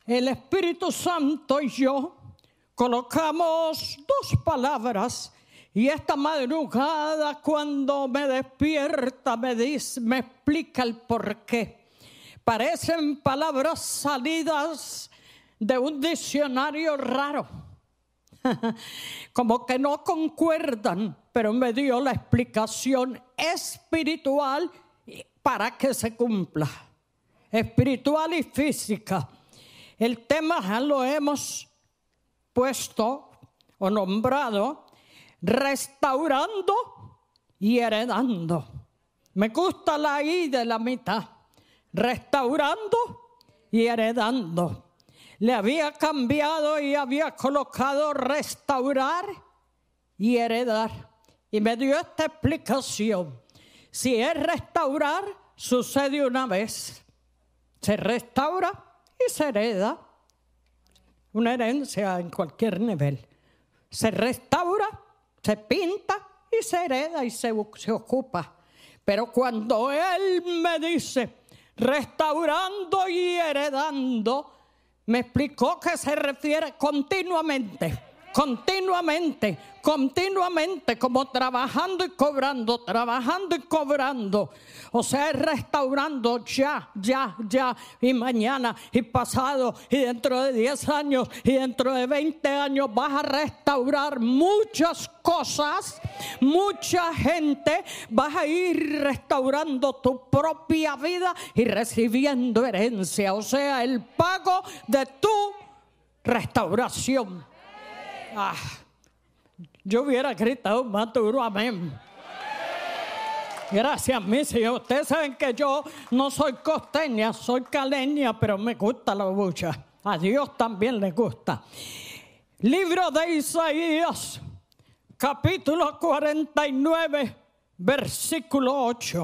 el Espíritu Santo y yo colocamos dos palabras, y esta madrugada cuando me despierta me explica el porqué. Parecen palabras salidas de un diccionario raro, como que no concuerdan, pero me dio la explicación espiritual para que se cumpla, espiritual y física. El tema ya lo hemos puesto o nombrado restaurando y heredando. Me gusta la I de la mitad, restaurando y heredando. Le había cambiado y había colocado restaurar y heredar. Y me dio esta explicación. Si es restaurar, sucede una vez. Se restaura y se hereda. Una herencia en cualquier nivel. Se restaura, se pinta y se hereda y se ocupa. Pero cuando Él me dice restaurando y heredando, me explicó que se refiere continuamente, como trabajando y cobrando, o sea, restaurando ya, y mañana, y pasado, y dentro de 10 años, y dentro de 20 años vas a restaurar muchas cosas, mucha gente, vas a ir restaurando tu propia vida y recibiendo herencia, o sea, el pago de tu restauración. Yo hubiera gritado más duro, amén. Gracias, mi Señor. Ustedes saben que yo no soy costeña, soy caleña, pero me gusta la bucha. A Dios también le gusta. Libro de Isaías, capítulo 49, versículo 8.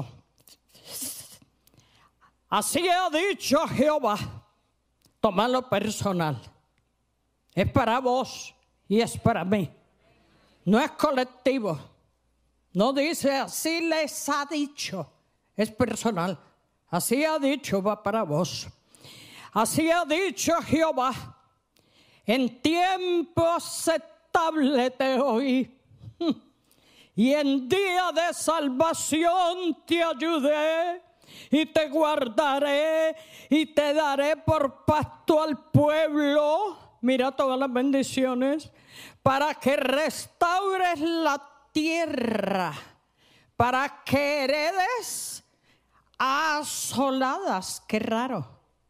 Así ha dicho Jehová. Tómalo personal. Es para vos y es para mí. No es colectivo. No dice así les ha dicho. Es personal. Así ha dicho, va para vos. Así ha dicho Jehová. En tiempo aceptable te oí. Y en día de salvación te ayudé. Y te guardaré y te daré por pasto al pueblo. Mira todas las bendiciones. Para que restaures la tierra. Para que heredes asoladas. Qué raro.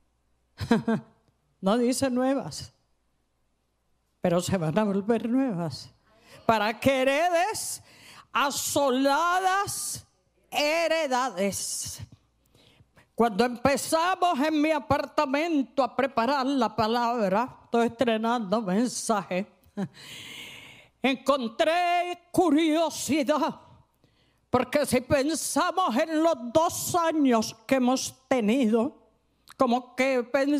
No dice nuevas. Pero se van a volver nuevas. Para que heredes asoladas heredades. Cuando empezamos en mi apartamento a preparar la palabra, estoy estrenando mensaje, encontré curiosidad, porque si pensamos en los 2 años que hemos tenido, como que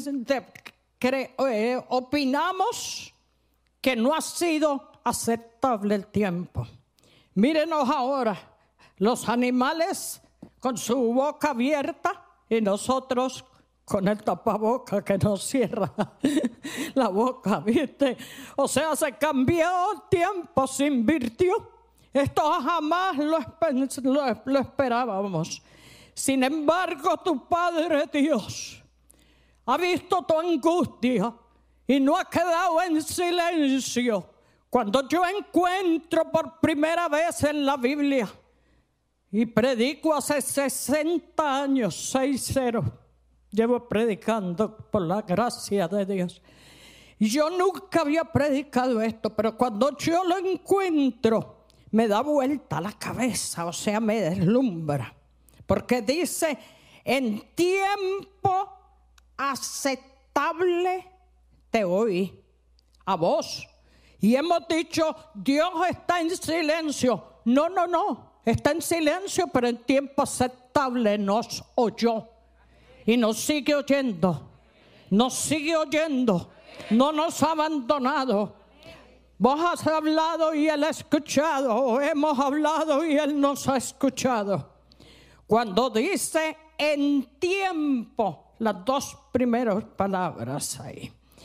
opinamos que no ha sido aceptable el tiempo. Mírenos ahora, los animales con su boca abierta, y nosotros con el tapaboca que nos cierra la boca, ¿viste? O sea, se cambió el tiempo, se invirtió. Esto jamás lo esperábamos. Sin embargo, tu Padre Dios ha visto tu angustia y no ha quedado en silencio. Cuando yo encuentro por primera vez en la Biblia, y predico hace 60 años, 60. Llevo predicando por la gracia de Dios. Yo nunca había predicado esto, pero cuando yo lo encuentro, me da vuelta la cabeza, o sea, me deslumbra. Porque dice, en tiempo aceptable te oí, a vos. Y hemos dicho, Dios está en silencio. No. Está en silencio, pero en tiempo aceptable nos oyó. Y nos sigue oyendo. Nos sigue oyendo. No nos ha abandonado. Vos has hablado y Él ha escuchado. O hemos hablado y Él nos ha escuchado. Cuando dice en tiempo, las 2 primeras palabras ahí.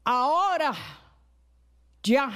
ahora, ya.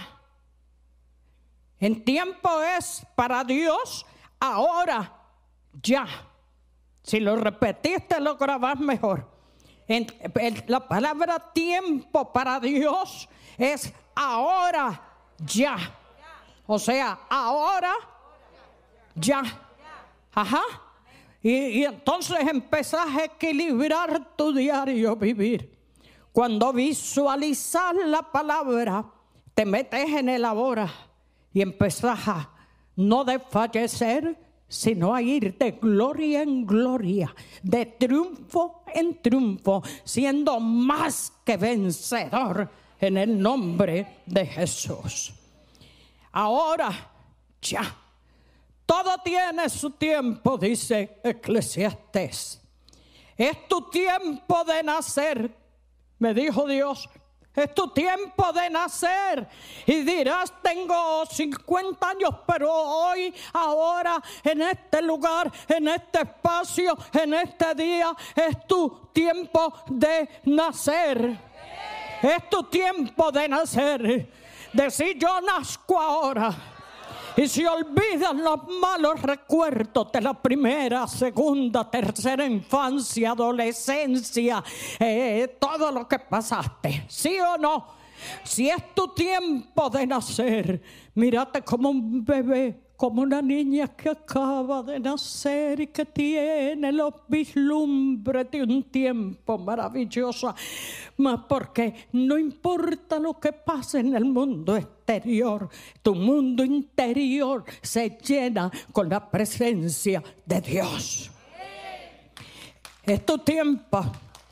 En tiempo es para Dios, ahora, ya. Si lo repetiste, lo grabás mejor. La palabra tiempo para Dios es ahora, ya. O sea, ahora, ya. Ajá. Y entonces empezás a equilibrar tu diario vivir. Cuando visualizas la palabra, te metes en el ahora y empezás a no desfallecer, sino a ir de gloria en gloria, de triunfo en triunfo, siendo más que vencedor en el nombre de Jesús. Ahora, ya. Todo tiene su tiempo, dice Eclesiastés. Es tu tiempo de nacer, me dijo Dios. Es tu tiempo de nacer. Y dirás, tengo 50 años, pero hoy, ahora, en este lugar, en este espacio, en este día, es tu tiempo de nacer. Es tu tiempo de nacer. Decir, yo nazco ahora. Y si olvidas los malos recuerdos de la primera, segunda, tercera infancia, adolescencia, todo lo que pasaste, ¿sí o no? Si es tu tiempo de nacer, mírate como un bebé, como una niña que acaba de nacer y que tiene los vislumbres de un tiempo maravilloso. Porque no importa lo que pase en el mundo exterior, tu mundo interior se llena con la presencia de Dios. Es tu tiempo.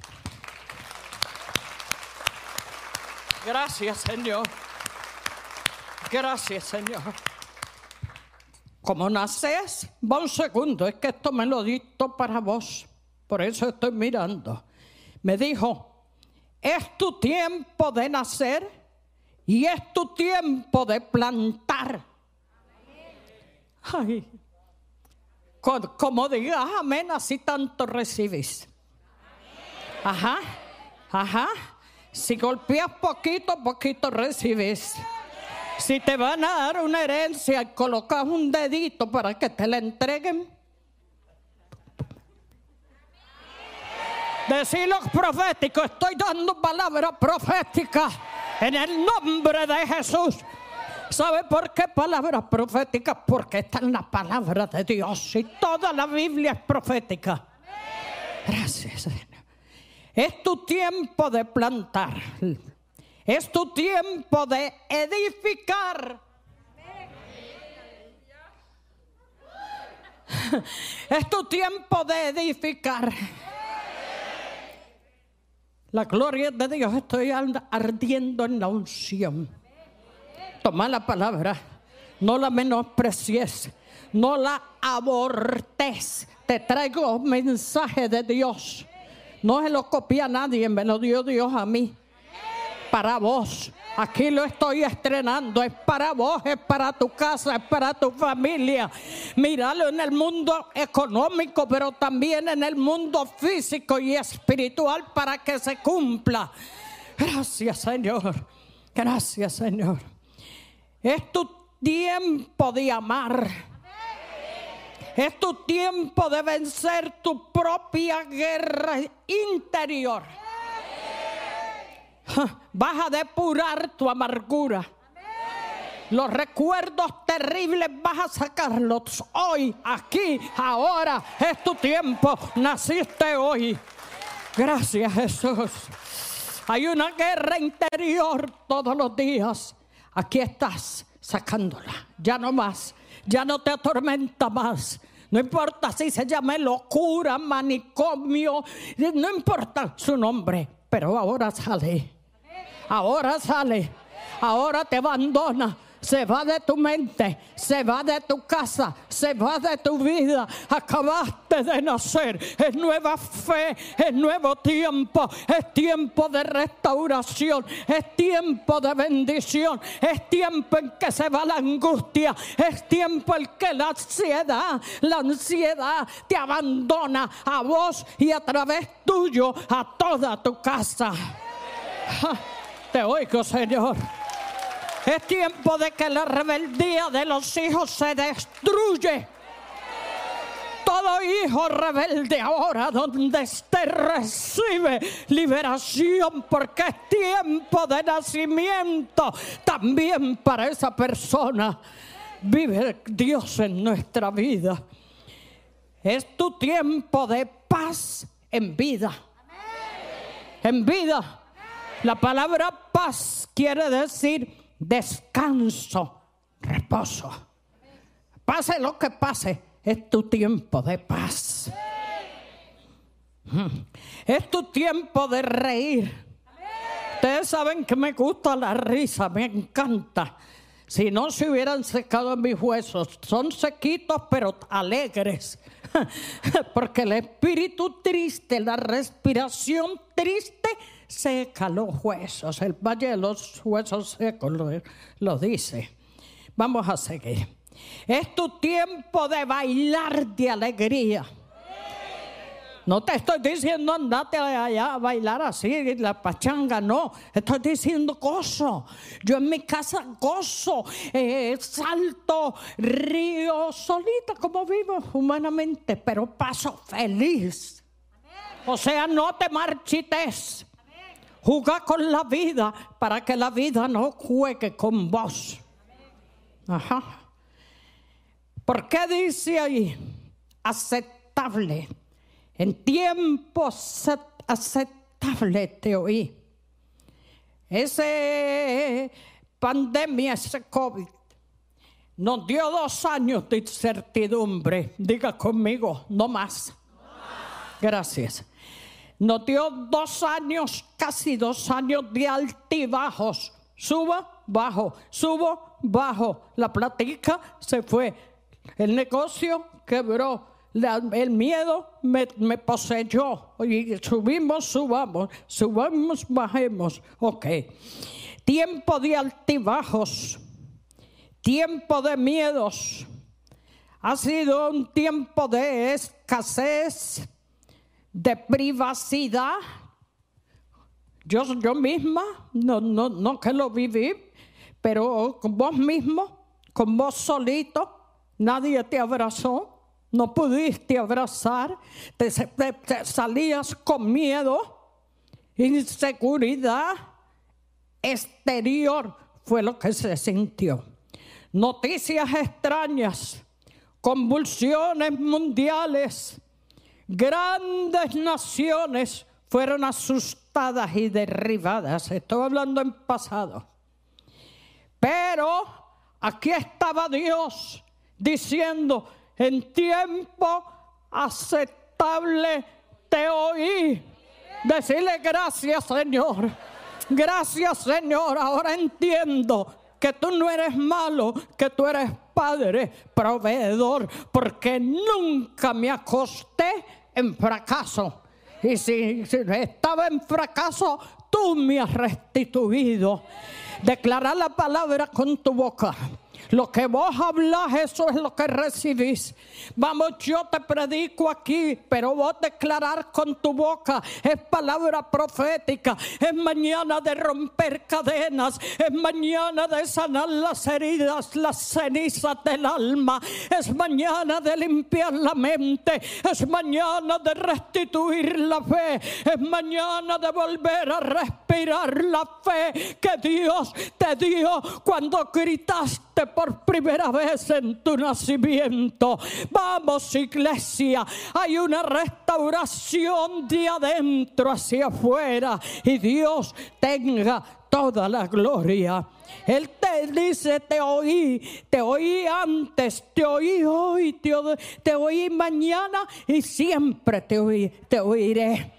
Gracias, Señor. Gracias, Señor. Como naces, va un segundo, es que esto me lo dicto para vos, por eso estoy mirando. Me dijo, es tu tiempo de nacer y es tu tiempo de plantar. Ay, como digas amén, así tanto recibís. Ajá, ajá. Si golpeas poquito, poquito recibís. Si te van a dar una herencia y colocas un dedito para que te la entreguen, decirlo profético, estoy dando palabra profética en el nombre de Jesús. ¿Sabe por qué palabra profética? Porque está en la palabra de Dios y toda la Biblia es profética. Gracias, Señor. Es tu tiempo de plantar. Es tu tiempo de edificar. Es tu tiempo de edificar. La gloria de Dios, estoy ardiendo en la unción. Toma la palabra, no la menosprecies, no la abortes. Te traigo mensaje de Dios. No se lo copia a nadie, me lo dio Dios a mí. Para vos, aquí lo estoy estrenando, es para vos, es para tu casa, es para tu familia. Míralo en el mundo económico, pero también en el mundo físico y espiritual para que se cumpla. Gracias, Señor. Gracias, Señor. Es tu tiempo de amar. Es tu tiempo de vencer tu propia guerra interior. Vas a depurar tu amargura. Los recuerdos terribles vas a sacarlos hoy, aquí, ahora. Es tu tiempo. Naciste hoy. Gracias, Jesús. Hay una guerra interior todos los días. Aquí estás sacándola. Ya no más. Ya no te atormenta más. No importa si se llame locura, manicomio. No importa su nombre. Pero ahora sale. Ahora sale, ahora te abandona, se va de tu mente, se va de tu casa, se va de tu vida. Acabaste de nacer, es nueva fe, es nuevo tiempo, es tiempo de restauración, es tiempo de bendición, es tiempo en que se va la angustia, es tiempo en que la ansiedad te abandona a vos y a través tuyo a toda tu casa. Te oigo, Señor. Es tiempo de que la rebeldía de los hijos se destruye. Todo hijo rebelde ahora donde esté recibe liberación, porque es tiempo de nacimiento también para esa persona. Vive Dios en nuestra vida. Es tu tiempo de paz en vida. En vida. La palabra paz quiere decir descanso, reposo. Pase lo que pase, es tu tiempo de paz. Es tu tiempo de reír. Ustedes saben que me gusta la risa, me encanta. Si no se hubieran secado mis huesos, son sequitos pero alegres. Porque el espíritu triste, la respiración triste, seca los huesos. El valle de los huesos secos lo dice. Vamos a seguir. Es tu tiempo de bailar de alegría. No te estoy diciendo andate allá a bailar así, la pachanga, no. Estoy diciendo gozo. Yo en mi casa gozo, salto, río, solita como vivo humanamente, pero paso feliz. O sea, no te marchites. Juega con la vida para que la vida no juegue con vos. Ajá. ¿Por qué dice ahí? Aceptable. En tiempo aceptable te oí. Ese pandemia, ese COVID, nos dio 2 años de incertidumbre. Diga conmigo, no más. Gracias. Nos dio 2 años, casi 2 años de altibajos. Subo, bajo, subo, bajo. La plática se fue. El negocio quebró. El miedo me poseyó. Y subimos, subamos, bajemos. Ok. Tiempo de altibajos. Tiempo de miedos. Ha sido un tiempo de escasez, de privacidad. Yo misma, no que lo viví, pero con vos mismo, con vos solito, nadie te abrazó. No pudiste abrazar, te salías con miedo, inseguridad exterior fue lo que se sintió. Noticias extrañas, convulsiones mundiales, grandes naciones fueron asustadas y derribadas. Estoy hablando en pasado. Pero aquí estaba Dios diciendo: en tiempo aceptable te oí. Decirle gracias, Señor. Gracias, Señor. Ahora entiendo que tú no eres malo, que tú eres Padre, proveedor, porque nunca me acosté en fracaso. Y si estaba en fracaso, tú me has restituido. Declarar la palabra con tu boca. Lo que vos hablas, eso es lo que recibís. Vamos, yo te predico aquí, pero vos declarar con tu boca es palabra profética. Es mañana de romper cadenas. Es mañana de sanar las heridas, las cenizas del alma. Es mañana de limpiar la mente. Es mañana de restituir la fe. Es mañana de volver a respirar la fe que Dios te dio cuando gritaste por primera vez en tu nacimiento. Vamos, iglesia, hay una restauración de adentro hacia afuera y Dios tenga toda la gloria. Él te dice: te oí antes, te oí hoy, te oí mañana y siempre te oiré.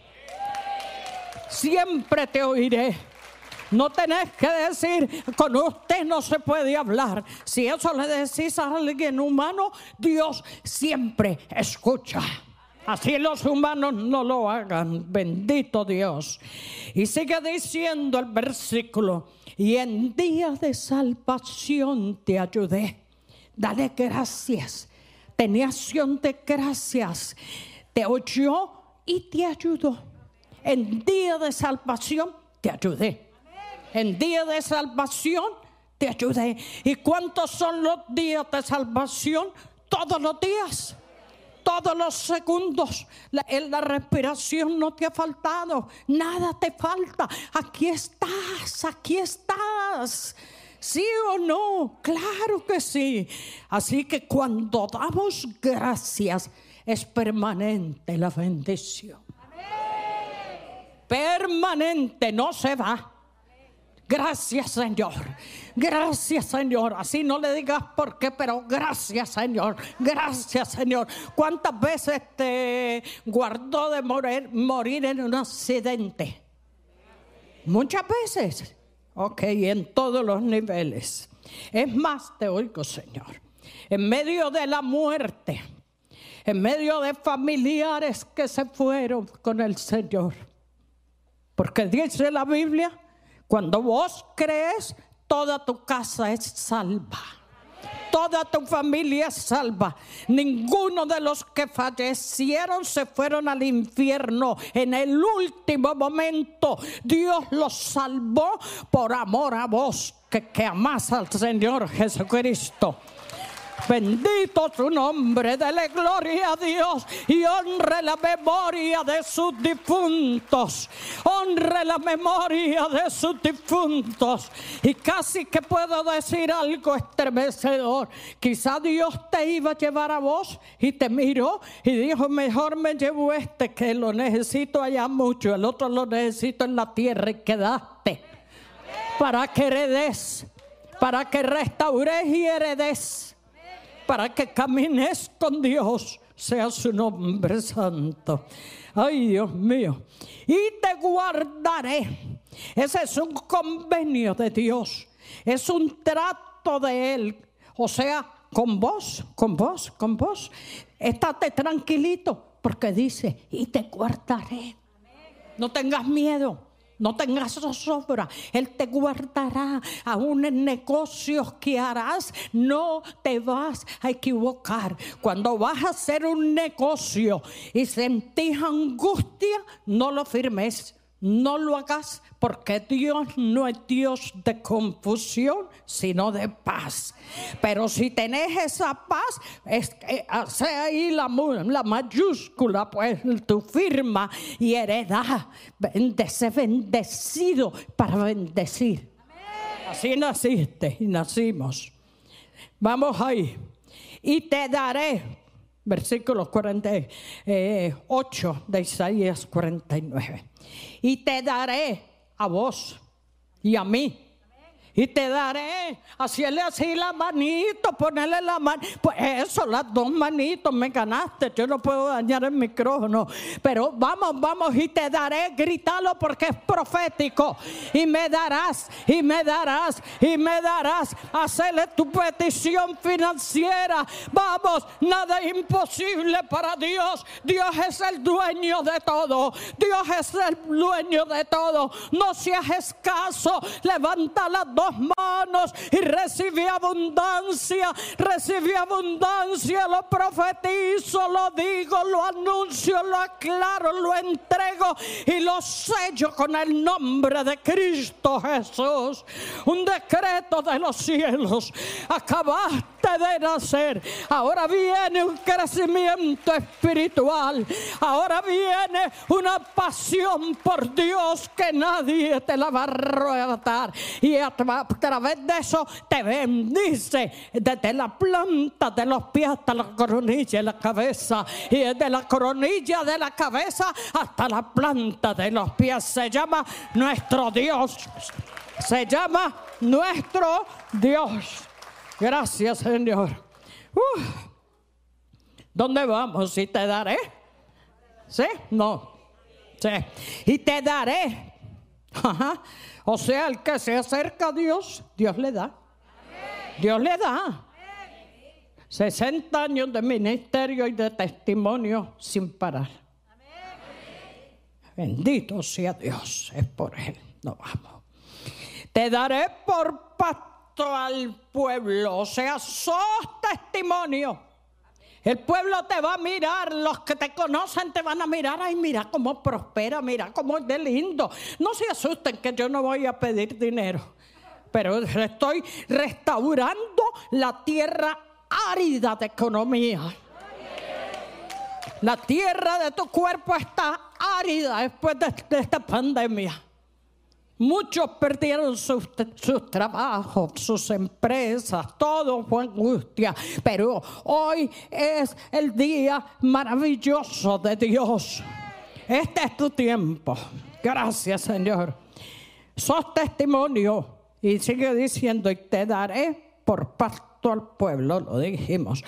Siempre te oiré. No tenés que decir: con usted no se puede hablar. Si eso le decís a alguien humano, Dios siempre escucha. Así los humanos no lo hagan. Bendito Dios. Y sigue diciendo el versículo: y en día de salvación te ayudé. Dale gracias. Ten acción de gracias. Te oyó y te ayudó. En día de salvación te ayudé. En día de salvación te ayudé. ¿Y cuántos son los días de salvación? Todos los días. Todos los segundos. La respiración no te ha faltado. Nada te falta. Aquí estás. Aquí estás. ¿Sí o no? Claro que sí. Así que cuando damos gracias, es permanente la bendición. Permanente, no se va. Gracias, Señor. Gracias, Señor. Así no le digas por qué, pero gracias, Señor. Gracias, Señor. ¿Cuántas veces te guardó de morir en un accidente? Muchas veces. Ok, en todos los niveles. Es más, te oigo, Señor. En medio de la muerte, en medio de familiares que se fueron con el Señor. Porque dice la Biblia, cuando vos crees, toda tu casa es salva. Toda tu familia es salva. Ninguno de los que fallecieron se fueron al infierno. En el último momento Dios los salvó por amor a vos que amás al Señor Jesucristo. Bendito su nombre, dele gloria a Dios y honre la memoria de sus difuntos. Honre la memoria de sus difuntos. Y casi que puedo decir algo estremecedor. Quizá Dios te iba a llevar a vos y te miró y dijo, mejor me llevo este que lo necesito allá mucho, el otro lo necesito en la tierra, y quedaste para que heredes, para que restaures y heredes, para que camines con Dios, sea su nombre santo. Ay, Dios mío. Y te guardaré. Ese es un convenio de Dios. Es un trato de Él. O sea, con vos. Estate tranquilito, porque dice, y te guardaré. No tengas miedo. No tengas zozobra, Él te guardará. Aún en negocios que harás, no te vas a equivocar. Cuando vas a hacer un negocio y sentís angustia, no lo firmes. No lo hagas, porque Dios no es Dios de confusión, sino de paz. Pero si tenés esa paz, hace ahí la mayúscula, pues tu firma, y heredad. Bendecido para bendecir. Así naciste y nacimos. Vamos ahí. Y te daré. Versículo 48 de Isaías 49. Y te daré a vos y a mí. Y te daré, hacerle así la manito, ponerle la mano. Pues eso, las dos manitos, me ganaste. Yo no puedo dañar el micrófono. Pero vamos, y te daré, grítalo porque es profético. Y me darás. Hacerle tu petición financiera. Vamos, nada es imposible para Dios. Dios es el dueño de todo. No seas escaso. Levanta las dos manos y recibe abundancia. Lo profetizo, lo digo, lo anuncio, lo aclaro, lo entrego y lo sello con el nombre de Cristo Jesús. Un decreto de los cielos. Acabaste de nacer. Ahora viene un crecimiento espiritual. Ahora viene una pasión por Dios que nadie te la va a arrebatar. Y a través de eso te bendice desde la planta de los pies hasta la coronilla de la cabeza, y desde la coronilla de la cabeza hasta la planta de los pies. Se llama nuestro Dios. Gracias, Señor. ¿Dónde vamos? ¿Y te daré? ¿Sí? No. Sí. Y te daré. Ajá. O sea, el que se acerca a Dios, Dios le da. Dios le da. 60 años de ministerio y de testimonio sin parar. Bendito sea Dios, es por Él. No vamos. Te daré por pastor al pueblo. O sea, sos testimonio. El pueblo te va a mirar, los que te conocen te van a mirar. Ay, mira cómo prospera, mira cómo es de lindo. No se asusten que yo no voy a pedir dinero, pero estoy restaurando la tierra árida de economía. La tierra de tu cuerpo está árida después de esta pandemia. Muchos perdieron sus trabajos, sus empresas, todo fue angustia. Pero hoy es el día maravilloso de Dios. Este es tu tiempo. Gracias, Señor. Sos testimonio. Y sigue diciendo, y te daré por pasto al pueblo, lo dijimos.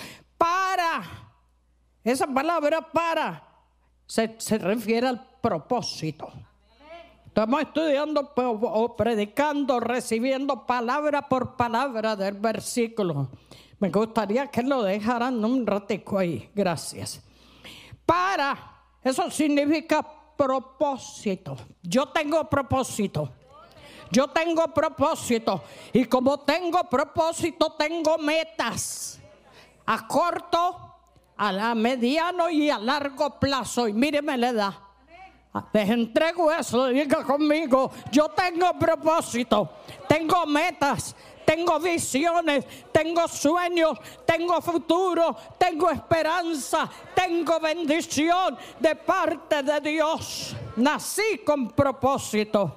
Esa palabra se refiere al propósito. Estamos estudiando o predicando, recibiendo palabra por palabra del versículo. Me gustaría que lo dejaran un ratico ahí. Gracias. Eso significa propósito. Yo tengo propósito. Yo tengo propósito. Y como tengo propósito, tengo metas. A corto, a mediano y a largo plazo. Y míreme la edad. Les entrego eso, diga conmigo, yo tengo propósito, tengo metas, tengo visiones, tengo sueños, tengo futuro, tengo esperanza, tengo bendición de parte de Dios. Nací con propósito.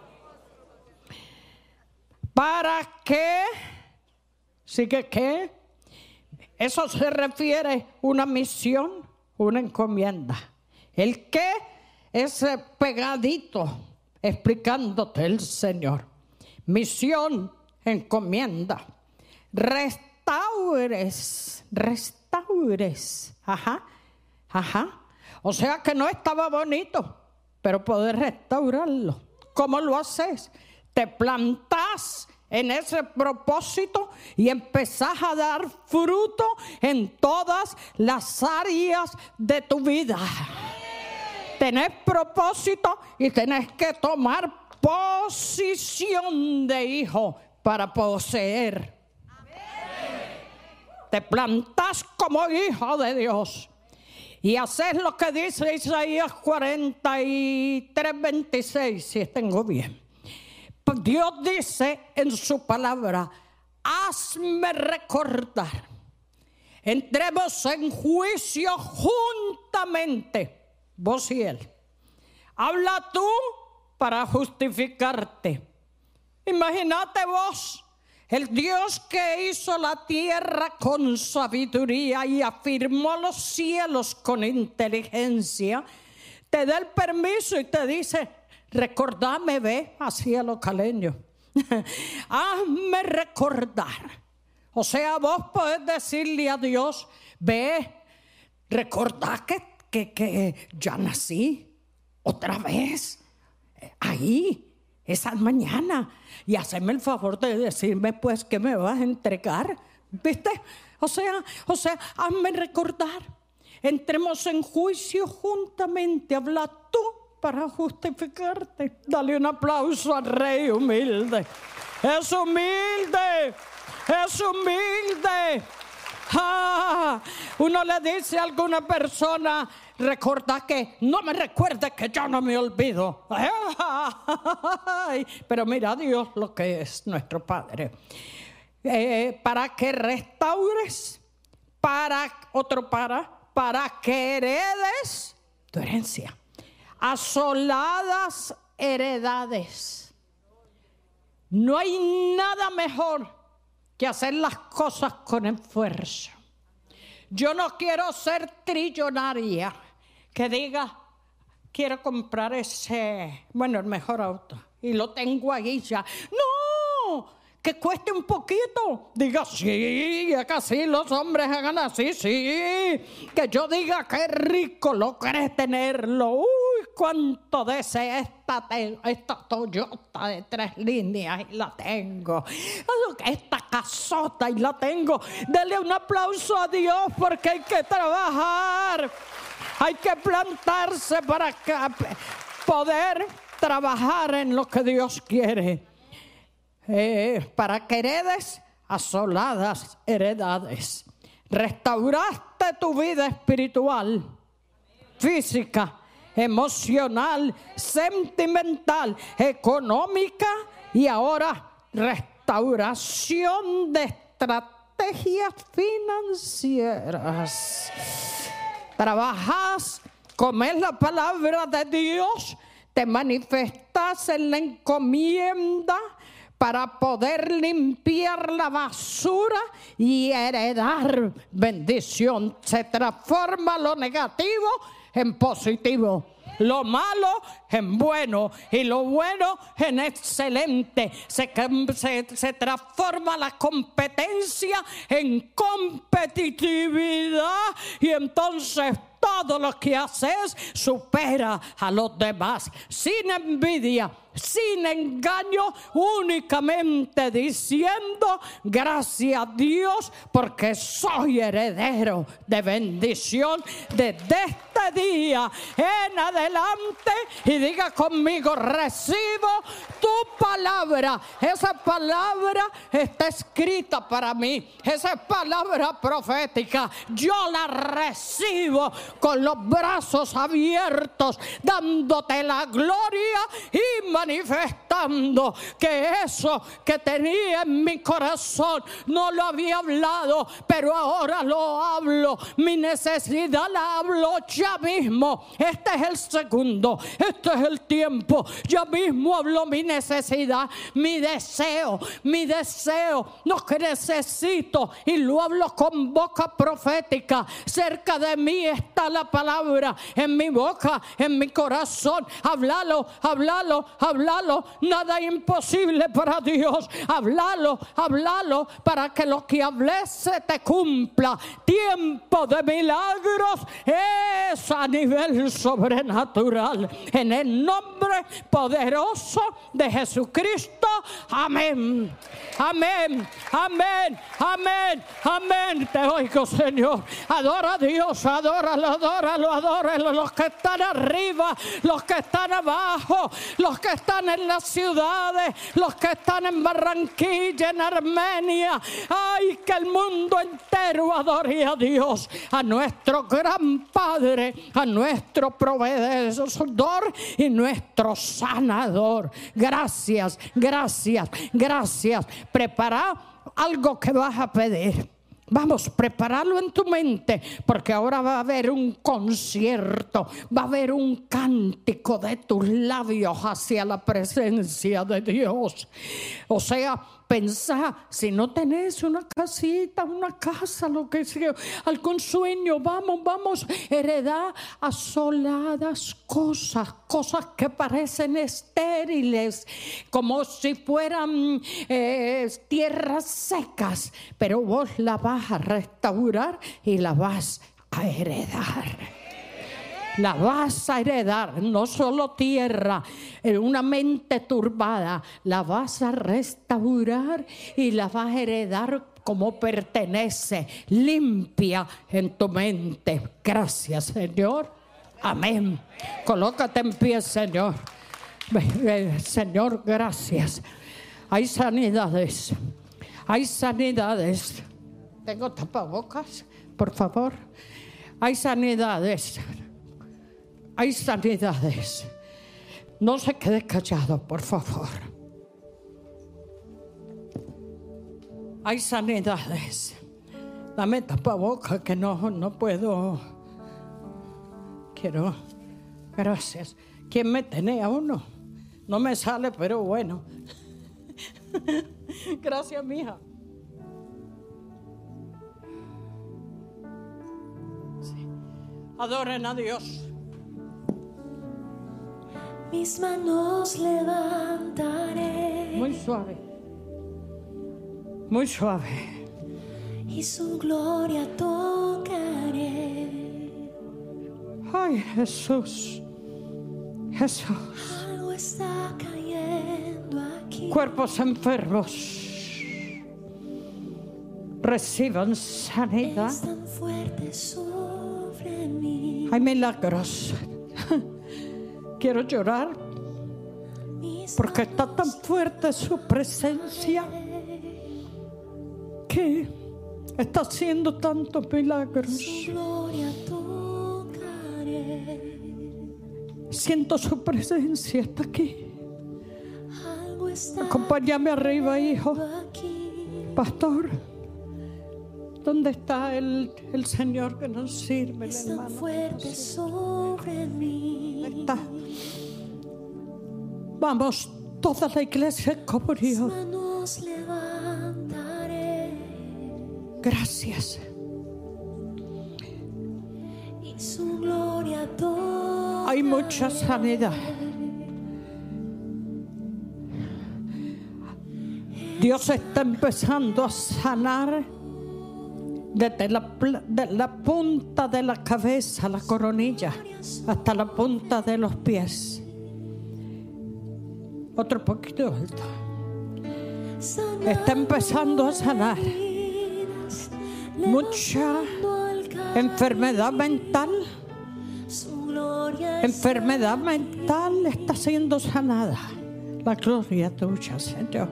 ¿Para qué? ¿Sigue qué? Eso se refiere a una misión, una encomienda. ¿El qué? Ese pegadito explicándote el Señor. Misión, encomienda. Restaures. Ajá. O sea que no estaba bonito, pero poder restaurarlo. ¿Cómo lo haces? Te plantás en ese propósito y empezás a dar fruto en todas las áreas de tu vida. Tenés propósito y tenés que tomar posición de hijo para poseer. Te plantás como hijo de Dios y haces lo que dice Isaías 43:26, si tengo bien. Dios dice en su palabra, hazme recordar. Entremos en juicio juntamente. Vos y él. Habla tú para justificarte. Imagínate vos, el Dios que hizo la tierra con sabiduría y afirmó los cielos con inteligencia, te da el permiso y te dice, recordame, ve, así a lo caleño. Hazme recordar. O sea, vos podés decirle a Dios, ve, recordá que ya nací otra vez ahí esa mañana y hacerme el favor de decirme pues que me vas a entregar, ¿viste? O sea, hazme recordar. Entremos en juicio juntamente. Habla tú para justificarte. Dale un aplauso al Rey humilde. Es humilde. Uno le dice a alguna persona, recuerda que no me recuerde que yo no me olvido. Pero mira Dios lo que es nuestro Padre. Para que restaures, para que heredes tu herencia. Asoladas heredades. No hay nada mejor que hacer las cosas con esfuerzo. Yo no quiero ser trillonaria que diga, quiero comprar el mejor auto y lo tengo ahí ya. No, que cueste un poquito. Diga, sí, es que así los hombres hagan así, sí. Que yo diga, qué rico lo querés tenerlo. Uy, cuánto deseo esta Toyota de 3 líneas y la tengo. Esta casota y la tengo. Dele un aplauso a Dios porque hay que trabajar. Hay que plantarse para poder trabajar en lo que Dios quiere. Para que heredes asoladas heredades. Restauraste de tu vida espiritual, física, emocional, sentimental, económica y ahora restauración de estrategias financieras. Trabajas, comes la palabra de Dios, te manifestas en la encomienda para poder limpiar la basura y heredar bendición. Se transforma lo negativo en positivo, lo malo en bueno y lo bueno en excelente. Se transforma la competencia en competitividad y entonces todo lo que haces supera a los demás, sin envidia, sin engaño, únicamente diciendo: gracias a Dios porque soy heredero de bendición desde este día en adelante. Y diga conmigo: recibo tu palabra. Esa palabra está escrita para mí, esa palabra profética yo la recibo con los brazos abiertos, dándote la gloria y manifestando que eso que tenía en mi corazón no lo había hablado, pero ahora lo hablo. Mi necesidad la hablo ya mismo. Este es el segundo, este es el tiempo. Ya mismo hablo mi necesidad, mi deseo, lo que necesito, y lo hablo con boca profética. Cerca de mí está la palabra, en mi boca, en mi corazón. Háblalo, háblalo, háblalo. Nada imposible para Dios. Háblalo, háblalo para que lo que hables se te cumpla. Tiempo de milagros es a nivel sobrenatural. En el nombre poderoso de Jesucristo. Amén. Amén. Amén. Amén. Amén. Te oigo, Señor. Adora a Dios. Adóralo, adóralo, adóralo. Los que están arriba, los que están abajo, los que están en las ciudades, los que están en Barranquilla, en Armenia. Ay, que el mundo entero adore a Dios, a nuestro gran Padre, a nuestro proveedor y nuestro sanador. Gracias, gracias, gracias. Prepara algo que vas a pedir. Vamos, prepararlo en tu mente, porque ahora va a haber un concierto, va a haber un cántico de tus labios hacia la presencia de Dios. O sea, pensá, si no tenés una casita, una casa, lo que sea, algún sueño, vamos, heredar asoladas cosas que parecen estériles, como si fueran tierras secas, pero vos la vas a restaurar y la vas a heredar. La vas a heredar, no solo tierra, una mente turbada, la vas a restaurar y la vas a heredar como pertenece, limpia en tu mente. Gracias, Señor. Amén. Colócate en pie, Señor. Señor, gracias. Hay sanidades. Hay sanidades. ¿Tengo tapabocas? Por favor. Hay sanidades. Hay sanidades. No se quede callado, por favor. Hay sanidades. Dame tapabocas que no puedo. Quiero. Gracias. ¿Quién me tenía uno? No me sale, pero bueno. Gracias, mija. Sí. Adoren a Dios. Mis manos levantaré. Muy suave. Muy suave. Y su gloria tocaré. Ay, Jesús. Jesús. Algo está cayendo aquí. Cuerpos enfermos reciban sanidad. Es tan fuerte sobre mí. Hay milagros. Quiero llorar porque está tan fuerte su presencia que Está haciendo tantos milagros. Su gloria tocaré. Siento su presencia, está aquí. Algo está Acompáñame arriba, hijo. aquí. Pastor, ¿dónde está el Señor que nos sirve, el Es tan hermano? fuerte sobre mí. Está. Vamos, toda la iglesia comunión. Manos levantaré. Gracias. Y su gloria tocaré. Hay mucha sanidad. Dios está empezando a sanar desde de la punta de la cabeza, la coronilla, hasta la punta de los pies. Otro poquito alto. Está empezando a sanar mucha enfermedad mental. Enfermedad mental está siendo sanada. La gloria tuya, Señor.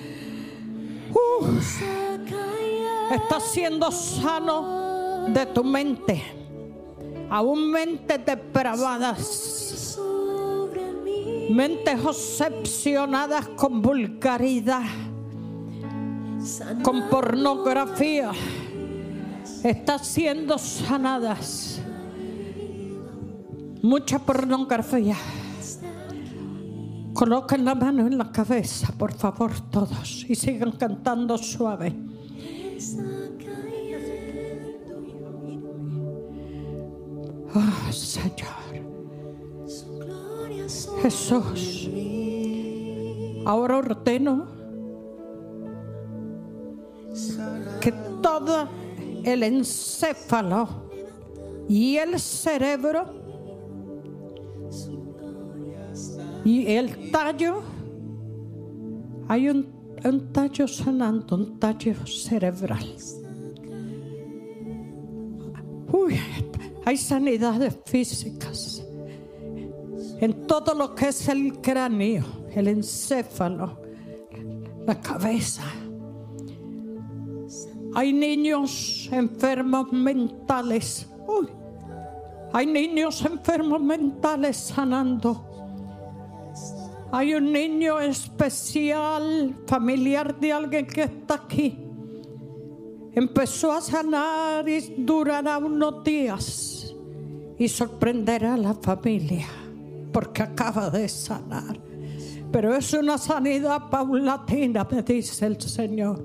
Está siendo sano de tu mente. Aún mentes depravadas, mentes obsesionadas con vulgaridad, con pornografía, están siendo sanadas. Mucha pornografía. Coloquen la mano en la cabeza, por favor, todos, y sigan cantando suave. Oh, Señor Jesús, ahora ordeno que todo el encéfalo y el cerebro y el tallo, hay un tallo sanando, un tallo cerebral. Uy, hay sanidades físicas en todo lo que es el cráneo, el encéfalo, la cabeza. Hay niños enfermos mentales. Uy, hay niños enfermos mentales sanando. Hay un niño especial, familiar de alguien que está aquí. Empezó a sanar y durará unos días y sorprenderá a la familia porque acaba de sanar. Pero es una sanidad paulatina, me dice el Señor.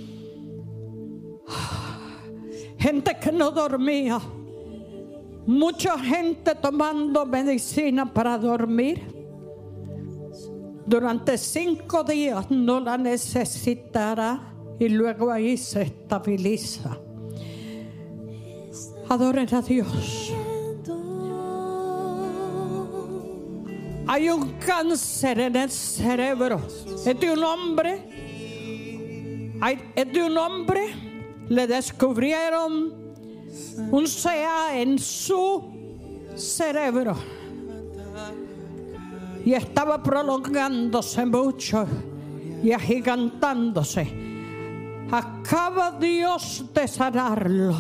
Gente que no dormía, mucha gente tomando medicina para dormir. Durante 5 días no la necesitará y luego ahí se estabiliza. Adoren a Dios. Hay un cáncer en el cerebro. Es de un hombre. Es de un hombre. Le descubrieron un CA en su cerebro. Y estaba prolongándose mucho y agigantándose. Acaba Dios de sanarlo.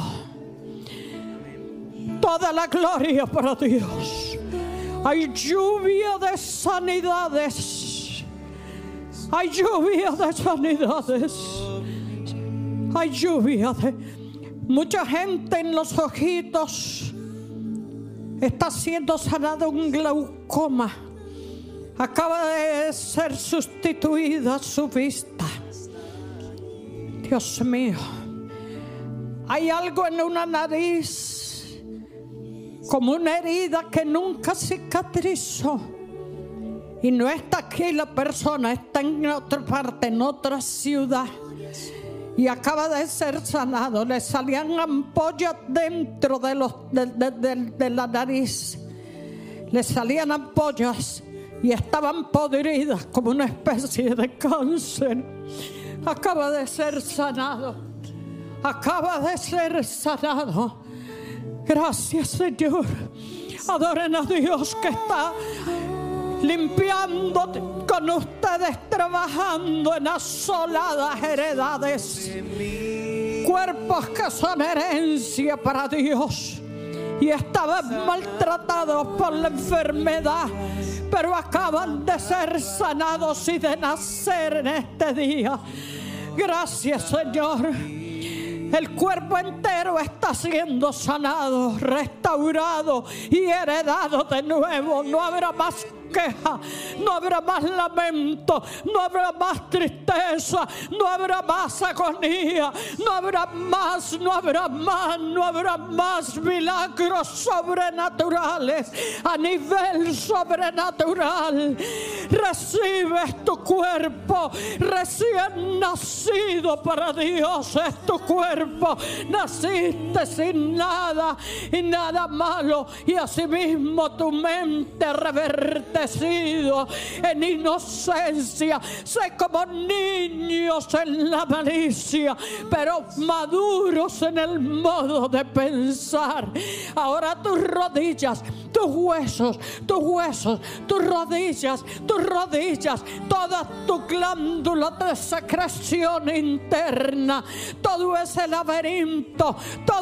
Toda la gloria para Dios. Hay lluvia de sanidades. Hay lluvia de sanidades. Hay lluvia de... Mucha gente en los ojitos está siendo sanada un glaucoma. Acaba de ser sustituida su vista. Dios mío. Hay algo en una nariz, como una herida que nunca cicatrizó. Y no está aquí la persona, está en otra parte, en otra ciudad. Y acaba de ser sanado. Le salían ampollas dentro de la nariz. Le salían ampollas. Y estaban podridas como una especie de cáncer. Acaba de ser sanado. Acaba de ser sanado. Gracias, Señor. Adoren a Dios que está limpiando con ustedes, trabajando en asoladas heredades. Cuerpos que son herencia para Dios y estaban maltratados por la enfermedad, pero acaban de ser sanados y de nacer en este día. Gracias, Señor. El cuerpo entero está siendo sanado, restaurado y heredado de nuevo. No habrá más queja, no habrá más lamento, no habrá más tristeza, no habrá más agonía, no habrá más milagros sobrenaturales a nivel sobrenatural. Recibes tu cuerpo recién nacido para Dios, es tu cuerpo. Naciste sin nada y nada malo, y asimismo tu mente reverte en inocencia. Sé como niños en la malicia, pero maduros en el modo de pensar. Ahora tus rodillas, tus huesos, tus rodillas, toda tu glándula de secreción interna, todo ese laberinto,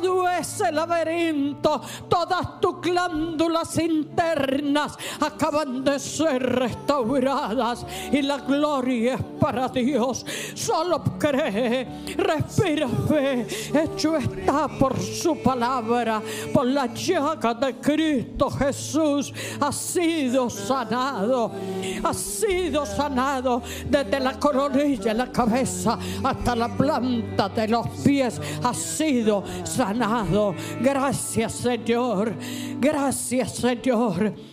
todas tus glándulas internas acaban de ser restauradas y la gloria es para Dios. Solo cree, respira fe. Hecho está por su palabra, por la llaga de Cristo Jesús. Has sido sanado desde la coronilla de la cabeza hasta la planta de los pies. Has sido sanado. Gracias, Señor. Gracias, Señor.